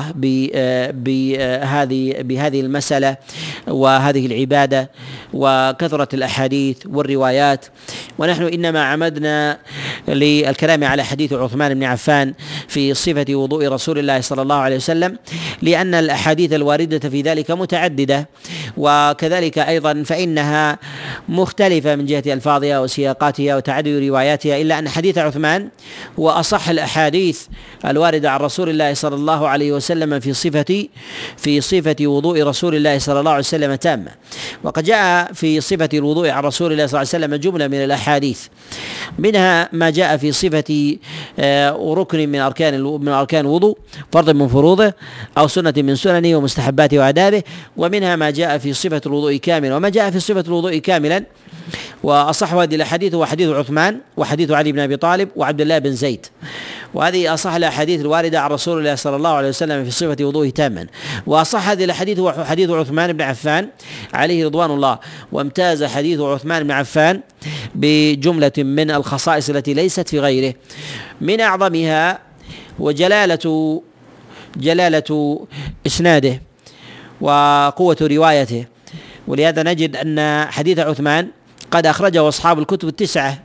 بهذه بهذه المسألة وهذه العبادة، وكثرة الأحاديث والروايات. ونحن إنما عمدنا للكلام على حديث عثمان بن عفان في صفة وضوء رسول الله صلى الله عليه وسلم، لأن الأحاديث الواردة في ذلك متعددة، وكذلك أيضا فإنها مختلفة من جهة ألفاظها وسياقاتها وتعدد رواياتها، إلا أن حديث عثمان هو أصح الأحاديث الواردة عن رسول الله صلى الله عليه وسلم في صفة في صفة وضوء رسول الله صلى الله عليه وسلم تامة. وقد جاء في صفة الوضوء عن رسول الله صلى الله عليه وسلم جملة من الأحاديث، منها ما جاء في صفة ركن من أركان من أركان الوضوء، فرض من فروضه أو سنة من سننه ومستحباته وآدابه، ومنها ما جاء في صفة الوضوء كاملا. وما جاء في صفة الوضوء كاملا وأصح هذه الأحاديث هو حديث عثمان وحديث علي بن أبي طالب وعبد الله بن زيد، وهذه أصح الأحاديث الواردة عن رسول الله صلى الله عليه وسلم في صفة وضوءه تاما. وأصح هذه الأحاديث هو حديث عثمان بن عفان عليه رضوان الله. وامتاز حديث عثمان بن عفان بجملة من الخصائص التي ليست في غيره، من أعظمها وجلالة جلالة إسناده وقوة روايته. ولهذا نجد أن حديث عثمان قد أخرجه أصحاب الكتب التسعة،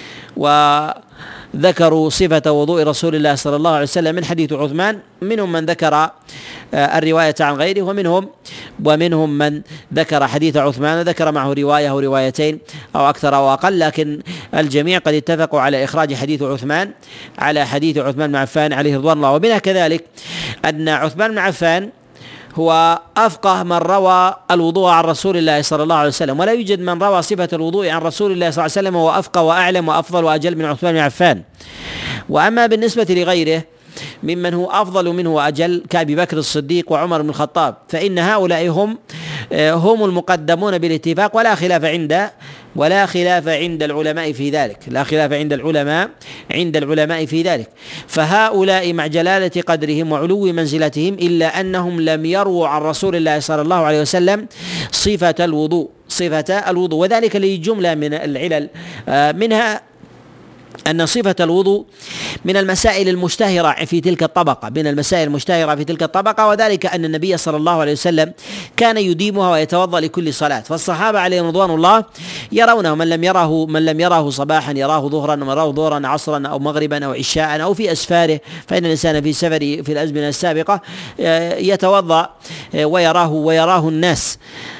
وذكروا صفة وضوء رسول الله صلى الله عليه وسلم من حديث عثمان، منهم من ذكر الرواية عن غيره، ومنهم ومنهم من ذكر حديث عثمان وذكر معه رواية أو روايتين أو أكثر أو أقل، لكن الجميع قد اتفقوا على إخراج حديث عثمان على حديث عثمان بن عفان عليه رضوان الله. ومنها كذلك أن عثمان بن عفان هو أفقه من روى الوضوء عن رسول الله صلى الله عليه وسلم، ولا يوجد من روى صفة الوضوء عن رسول الله صلى الله عليه وسلم وهو أفقه وأعلم وأفضل وأجل من عثمان بن عفان. وأما بالنسبة لغيره ممن هو أفضل منه وأجل كأبي بكر الصديق وعمر بن الخطاب، فإن هؤلاء هم هم المقدمون بالاتفاق، ولا خلاف عند ولا خلاف عند العلماء في ذلك لا خلاف عند العلماء عند العلماء في ذلك. فهؤلاء مع جلالة قدرهم وعلو منزلتهم إلا أنهم لم يروا عن رسول الله صلى الله عليه وسلم صفة الوضوء صفة الوضوء وذلك لجملة من العلل، منها أن صفة الوضوء من المسائل المشتهرة في تلك الطبقة من المسائل المشتهرة في تلك الطبقة وذلك أن النبي صلى الله عليه وسلم كان يديمها ويتوضأ لكل صلاة، فالصحابة عليهم رضوان الله يرونه، من لم يره من لم يره صباحا يراه ظهرا، ومن يراه ظهرا عصرا أو مغربا أو عشاء أو في أسفاره، فإن الإنسان في سفر في الأزمنة السابقة يتوضأ ويراه ويراه الناس.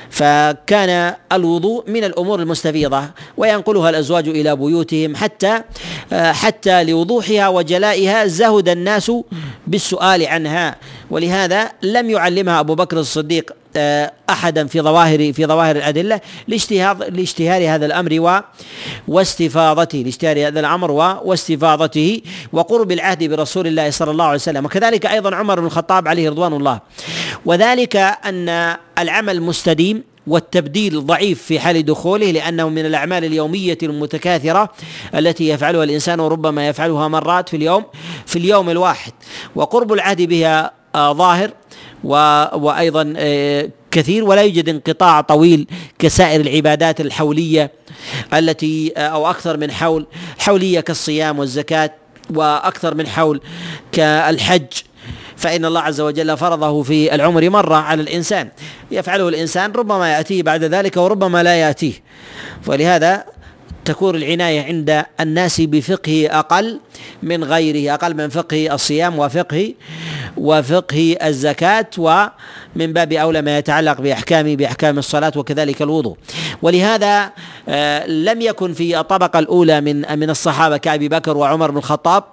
فكان الوضوء من الأمور المستفيضة وينقلها الأزواج إلى بيوتهم حتى حتى لوضوحها وجلائها زهد الناس بالسؤال عنها، ولهذا لم يعلمها أبو بكر الصديق أحدا في ظواهر في ظواهر الأدلة لاشتهار لاشتهار هذا الأمر و واستفاضته لاشتهار هذا الأمر واستفاضته وقرب العهد برسول الله صلى الله عليه وسلم. وكذلك أيضا عمر بن الخطاب عليه رضوان الله، وذلك أن العمل مستديم والتبديل ضعيف في حال دخوله، لأنه من الأعمال اليومية المتكاثرة التي يفعلها الإنسان وربما يفعلها مرات في اليوم في اليوم الواحد، وقرب العهد بها ظاهر وأيضا كثير، ولا يوجد انقطاع طويل كسائر العبادات الحولية التي أو أكثر من حول حولية كالصيام والزكاة وأكثر من حول كالحج، فإن الله عز وجل فرضه في العمر مرة على الإنسان يفعله الإنسان، ربما يأتيه بعد ذلك وربما لا يأتيه. ولهذا تكون العناية عند الناس بفقه أقل من غيره، أقل من فقه الصيام وفقه وفقه الزكاة، ومن باب أولى ما يتعلق بأحكام بأحكام الصلاة وكذلك الوضوء. ولهذا لم يكن في الطبقة الأولى من من الصحابة كأبي بكر وعمر بن الخطاب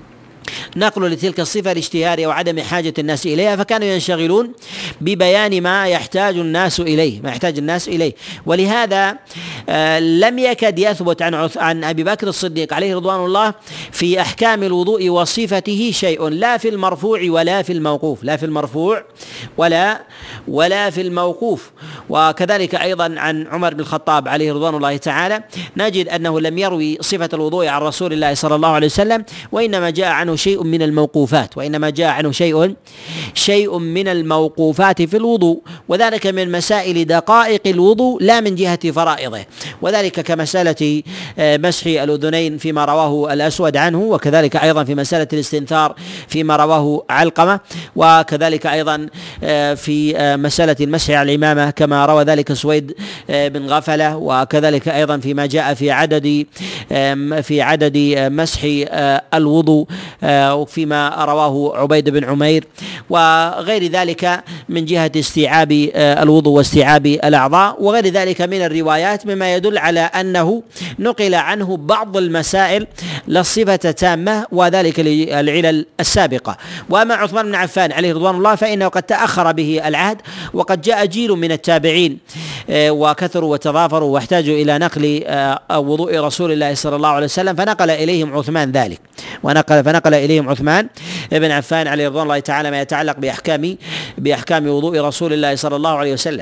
نقل لتلك الصفة الاشتهارية وعدم حاجة الناس إليها، فكانوا ينشغلون ببيان ما يحتاج الناس إليه ما يحتاج الناس إليه ولهذا لم يكد يثبت عن عن أبي بكر الصديق عليه رضوان الله في أحكام الوضوء وصفته شيء، لا في المرفوع ولا في الموقوف لا في المرفوع ولا ولا في الموقوف. وكذلك أيضا عن عمر بن الخطاب عليه رضوان الله تعالى نجد أنه لم يروي صفة الوضوء عن رسول الله صلى الله عليه وسلم، وإنما جاء عنه شيء من الموقوفات وإنما جاء عنه شيء شيء من الموقوفات في الوضوء، وذلك من مسائل دقائق الوضوء لا من جهة فرائضه، وذلك كمسألة مسح الأذنين فيما رواه الأسود عنه، وكذلك أيضا في مسألة الاستنثار فيما رواه علقمة، وكذلك أيضا في مسألة المسح على العمامة كما روى ذلك سويد بن غفلة، وكذلك أيضا فيما جاء في عدد في عدد مسح الوضوء وفيما رواه عبيد بن عمير وغير ذلك من جهة استيعاب الوضوء واستيعاب الأعضاء وغير ذلك من الروايات، مما يدل على أنه نقل عنه بعض المسائل لا الصفة تامة، وذلك للعلل السابقة. وأما عثمان بن عفان عليه رضوان الله فإنه قد تأخر به العهد، وقد جاء جيل من التابعين وكثروا وتضافروا واحتاجوا إلى نقل وضوء رسول الله صلى الله عليه وسلم، فنقل إليهم عثمان ذلك ونقل فنقل إليهم عثمان بن عفان عليه رضوان الله تعالى ما يتعلق بأحكام بأحكام وضوء رسول الله صلى الله عليه وسلم.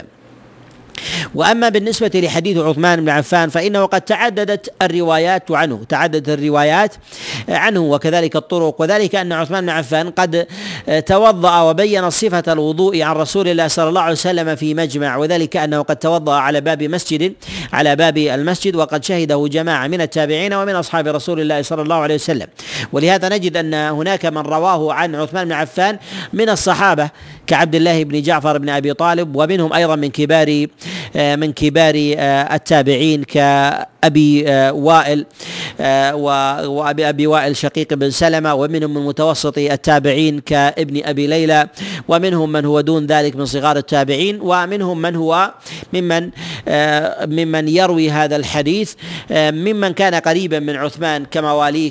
وأما بالنسبة لحديث عثمان بن عفان فإنه قد تعددت الروايات عنه تعددت الروايات عنه وكذلك الطرق، وذلك أن عثمان بن عفان قد توضأ وبين صفة الوضوء عن رسول الله صلى الله عليه وسلم في مجمع، وذلك أنه قد توضأ على باب مسجد على باب المسجد، وقد شهده جماعة من التابعين ومن أصحاب رسول الله صلى الله عليه وسلم. ولهذا نجد أن هناك من رواه عن عثمان بن عفان من الصحابة كعبد الله بن جعفر بن أبي طالب، ومنهم أيضا من كبار من كبار التابعين كأبي وائل وأبي أبي وائل شقيق بن سلمة، ومنهم من متوسط التابعين كابن أبي ليلى، ومنهم من هو دون ذلك من صغار التابعين، ومنهم من هو ممن ممن يروي هذا الحديث ممن كان قريبا من عثمان كمواليه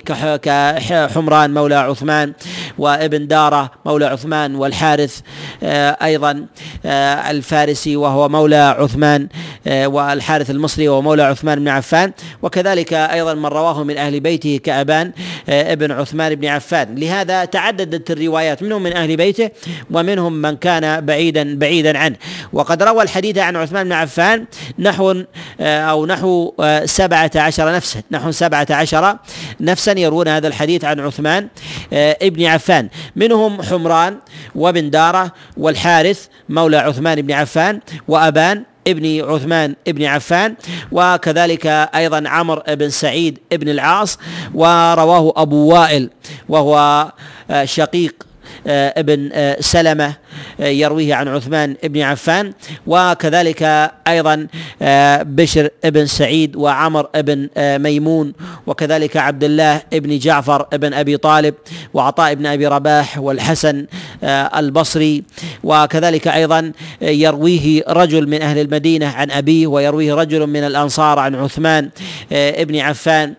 كحمران مولى عثمان وابن دارة مولى عثمان والحارث أيضا الفارسي وهو مولى عثمان والحارث المصري وهو مولى عثمان بن عفان، وكذلك أيضا من رواه من أهل بيته كأبان ابن عثمان بن عفان. لهذا تعددت الروايات، منهم من أهل بيته ومنهم من كان بعيدا بعيدا عنه. وقد روى الحديث عن عثمان بن عفان نحو أو نحو سبعة عشر نفسا نحو سبعة عشر نفسا يروون هذا الحديث عن عثمان ابن عفان، منهم حمران وابن دارة والحارث مولى عثمان بن عفان وأبان ابن عثمان ابن عفان، وكذلك أيضا عمرو بن سعيد ابن العاص، ورواه أبو وائل وهو شقيق ابن سلمة يرويه عن عثمان ابن عفان، وكذلك أيضا بشر ابن سعيد وعمر ابن ميمون، وكذلك عبد الله ابن جعفر ابن أبي طالب وعطاء ابن أبي رباح والحسن البصري، وكذلك أيضا يرويه رجل من أهل المدينة عن أبيه، ويرويه رجل من الأنصار عن عثمان ابن عفان،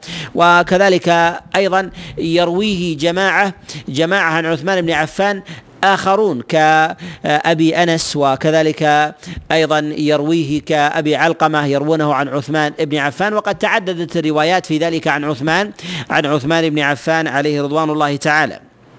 وكذلك أيضا يرويه جماعة جماعة عن عثمان بن عفان آخرون كأبي أنس، وكذلك أيضا يرويه كأبي علقمة يروونه عن عثمان بن عفان. وقد تعددت الروايات في ذلك عن عثمان عن عثمان بن عفان عليه رضوان الله تعالى.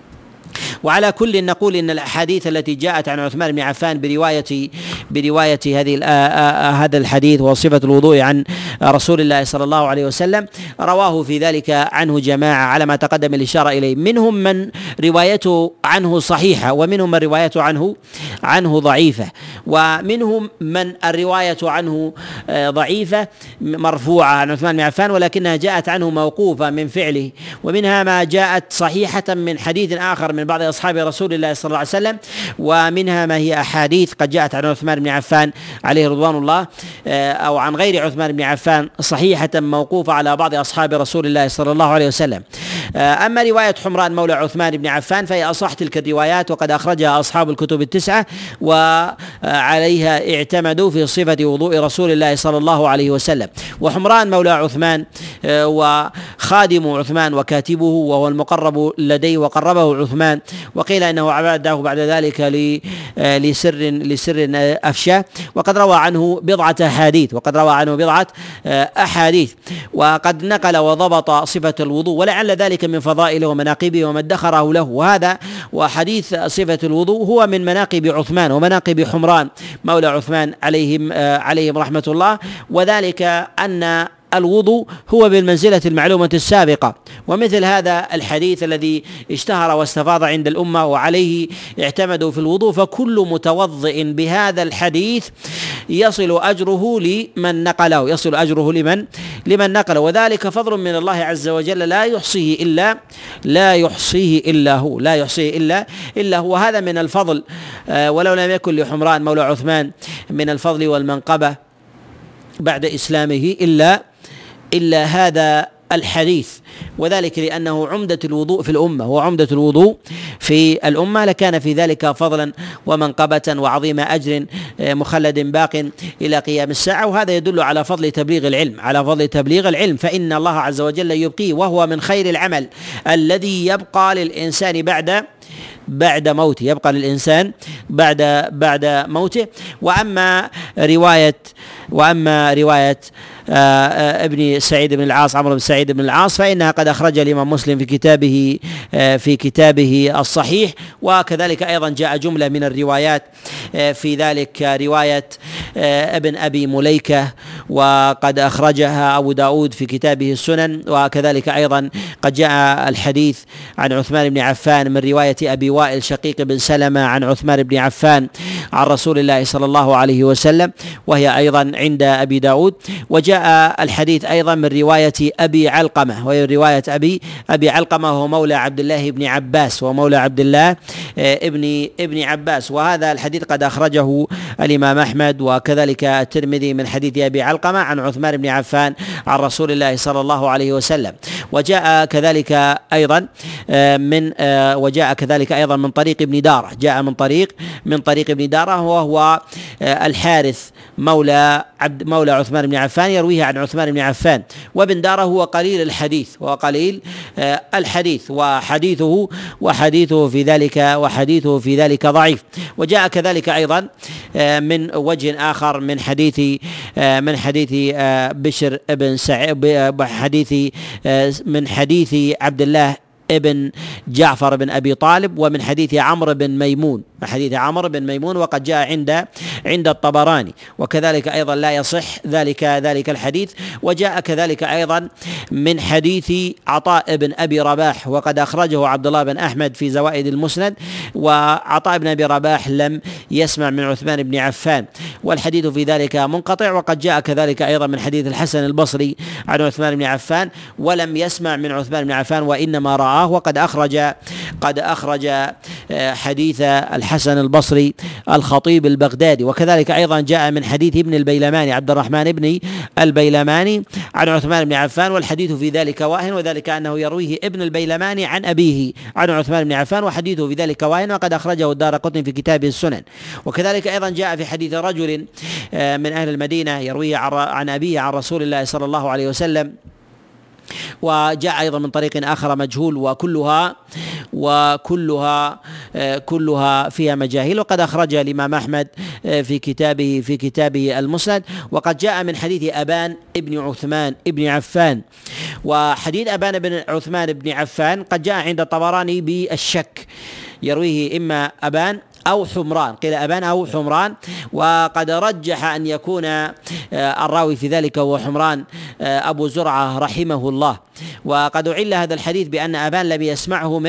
وعلى كل نقول ان الاحاديث التي جاءت عن عثمان بن عفان بروايه بروايه هذه هذا الحديث وصفه الوضوء عن رسول الله صلى الله عليه وسلم رواه في ذلك عنه جماعه على ما تقدم الاشاره اليه، منهم من روايته عنه صحيحه ومنهم من روايته عنه عنه ضعيفه، ومنهم من الروايه عنه ضعيفه مرفوعه عن عثمان بن عفان ولكنها جاءت عنه موقوفه من فعله، ومنها ما جاءت صحيحه من حديث اخر من بعض أصحاب رسول الله صلى الله عليه وسلم، ومنها ما هي أحاديث قد جاءت عن عثمان بن عفان عليه رضوان الله أو عن غير عثمان بن عفان صحيحة موقوفة على بعض أصحاب رسول الله صلى الله عليه وسلم. أما رواية حمران مولى عثمان بن عفان فهي أصح تلك الروايات، وقد أخرجها أصحاب الكتب التسعة وعليها اعتمدوا في صفة وضوء رسول الله صلى الله عليه وسلم. وحمران مولى عثمان وخادم عثمان وكاتبه، وهو المقرب لديه وقربه عثمان، وقيل انه عبده بعد ذلك لسر لسر افشاه، وقد روى عنه بضعة احاديث وقد روى عنه بضعة احاديث وقد نقل وضبط صفة الوضوء، ولعل ذلك من فضائله ومناقبه وما ادخره له. وهذا وحديث صفة الوضوء هو من مناقب عثمان ومناقب حمران مولى عثمان عليهم عليهم رحمة الله، وذلك أن الوضوء هو بالمنزلة المعلومة السابقة. ومثل هذا الحديث الذي اشتهر واستفاض عند الأمة وعليه اعتمدوا في الوضوء، فكل متوضئ بهذا الحديث يصل أجره لمن نقله يصل أجره لمن لمن نقله وذلك فضل من الله عز وجل لا يحصيه إلا لا يحصيه إلا هو لا يحصيه إلا إلا هو هذا من الفضل، ولو لم يكن لحمران مولى عثمان من الفضل والمنقبة بعد إسلامه إلا إلا هذا الحديث، وذلك لأنه عمدة الوضوء في الأمة هو عمدة الوضوء في الأمة، لكان في ذلك فضلا ومنقبة وعظيم أجر مخلد باق إلى قيام الساعة. وهذا يدل على فضل تبليغ العلم على فضل تبليغ العلم فإن الله عز وجل يبقيه، وهو من خير العمل الذي يبقى للإنسان بعد بعد موته يبقى للإنسان بعد بعد موته. وأما رواية وأما رواية آه ابن سعيد بن العاص عمرو بن سعيد بن العاص فإنها قد أخرج الإمام مسلم في كتابه آه في كتابه الصحيح، وكذلك أيضا جاء جملة من الروايات آه في ذلك رواية آه ابن أبي مليكة وقد أخرجها أبو داود في كتابه السنن، وكذلك أيضا قد جاء الحديث عن عثمان بن عفان من رواية أبي وائل شقيق بن سلمة عن عثمان بن عفان عن رسول الله صلى الله عليه وسلم، وهي أيضا عند أبي داود. وجاء الحديث أيضا من رواية أبي علقمة، وهي رواية أبي أبي علقمة هو مولى عبد الله بن عباس ومولى عبد الله ابن ابن عباس، وهذا الحديث قد أخرجه الإمام أحمد وكذلك الترمذي من حديث أبي علقمة عن عثمان بن عفان عن رسول الله صلى الله عليه وسلم. وجاء كذلك أيضا من وجاء كذلك أيضا من طريق ابن دارة جاء من طريق من طريق ابن دارة وهو الحارث مولى عبد مولى عثمان بن عفان يرويه عن عثمان بن عفان. وابن دارة هو قليل الحديث وقليل الحديث وحديثه وحديثه في ذلك وحديثه في ذلك ضعيف. وجاء كذلك أيضا من وجه آخر من حديث من حديث بشر ابن سعيد حديث من حديث عبد الله ابن جعفر بن أبي طالب ومن حديث عمرو بن ميمون حديث عمرو بن ميمون وقد جاء عند عند الطبراني، وكذلك أيضا لا يصح ذلك ذلك الحديث. وجاء كذلك أيضا من حديث عطاء بن أبي رباح وقد أخرجه عبد الله بن أحمد في زوائد المسند، وعطاء بن أبي رباح لم يسمع من عثمان بن عفان والحديث في ذلك منقطع. وقد جاء كذلك أيضا من حديث الحسن البصري عن عثمان بن عفان ولم يسمع من عثمان بن عفان وإنما رآه. وقد أخرج قد أخرج حديث الحسن البصري الخطيب البغدادي. وكذلك أيضا جاء من حديث ابن البيلماني عبد الرحمن بن البيلماني عن عثمان بن عفان والحديث في ذلك واهن، وذلك أنه يرويه ابن البيلماني عن أبيه عن عثمان بن عفان وحديثه في ذلك واهن، وقد أخرجه الدارقطني في كتابه السنن. وكذلك أيضا جاء في حديث رجل من أهل المدينة يرويه عن أبيه عن رسول الله صلى الله عليه وسلم، وجاء أيضا من طريق آخر مجهول، وكلها وكلها كلها فيها مجاهيل. وقد أخرج الإمام أحمد في كتابه في كتابه المسند. وقد جاء من حديث أبان ابن عثمان ابن عفان، وحديث أبان بن عثمان بن عفان قد جاء عند الطبراني بالشك، يرويه إما أبان أو حمران، قيل أبان أو حمران، وقد رجح أن يكون الراوي في ذلك هو حمران أبو زرعة رحمه الله. وقد أعل هذا الحديث بأن أبان لم يسمعه من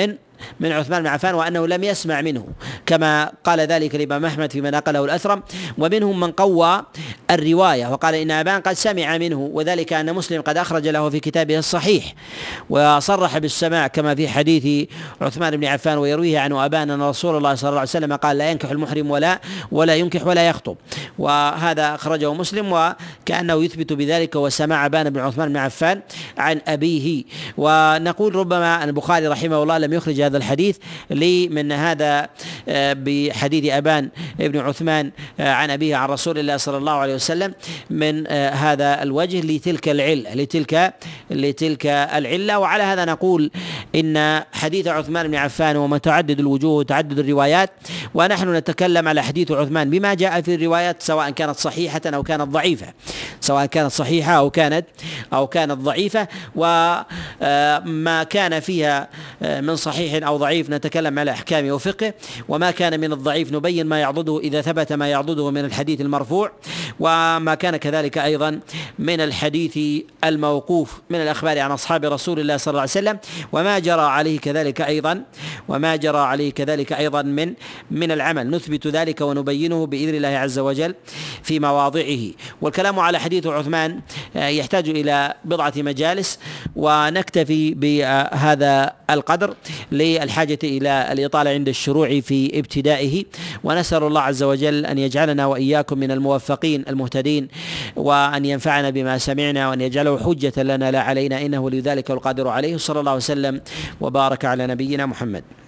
من عثمان بن عفان وأنه لم يسمع منه، كما قال ذلك الإمام أحمد فيما نقله الأثرم. ومنهم من قوى الرواية وقال إن أبان قد سمع منه، وذلك أن مسلم قد أخرج له في كتابه الصحيح وصرح بالسماع كما في حديث عثمان بن عفان ويرويه عنه أبان أن رسول الله صلى الله عليه وسلم قال لا ينكح المحرم ولا ولا ينكح ولا يخطب، وهذا أخرجه مسلم وكأنه يثبت بذلك وسماع أبان بن عثمان بن عفان عن أبيه. ونقول ربما أن البخاري رحمه الله لم يخرج هذا الحديث لي من هذا بحديث أبان بن عثمان عن أبيه عن رسول الله صلى الله عليه وسلم من هذا الوجه لتلك العلة لتلك لتلك العلة. وعلى هذا نقول إن حديث عثمان بن عفان ومتعدد الوجوه وتعدد الروايات، ونحن نتكلم على حديث عثمان بما جاء في الروايات سواء كانت صحيحة أو كانت ضعيفة سواء كانت صحيحة أو كانت أو كانت ضعيفة، وما كان فيها من صحيح أو ضعيف نتكلم على أحكامه وفقه، وما كان من الضعيف نبين ما يعضده إذا ثبت ما يعضده من الحديث المرفوع، وما كان كذلك أيضا من الحديث الموقوف من الأخبار عن أصحاب رسول الله صلى الله عليه وسلم، وما جرى عليه كذلك أيضا وما جرى عليه كذلك أيضا من من العمل، نثبت ذلك ونبينه بإذن الله عز وجل في مواضعه. والكلام على حديث عثمان يحتاج إلى بضعة مجالس، ونكتفي بهذا القدر للحاجة إلى الإطالة عند الشروع في ابتدائه، ونسأل الله عز وجل أن يجعلنا وإياكم من الموفقين المهتدين، وأن ينفعنا بما سمعنا، وأن يجعله حجة لنا لا علينا، إنه لذلك القادر عليه. صلى الله وسلم وبارك على نبينا محمد.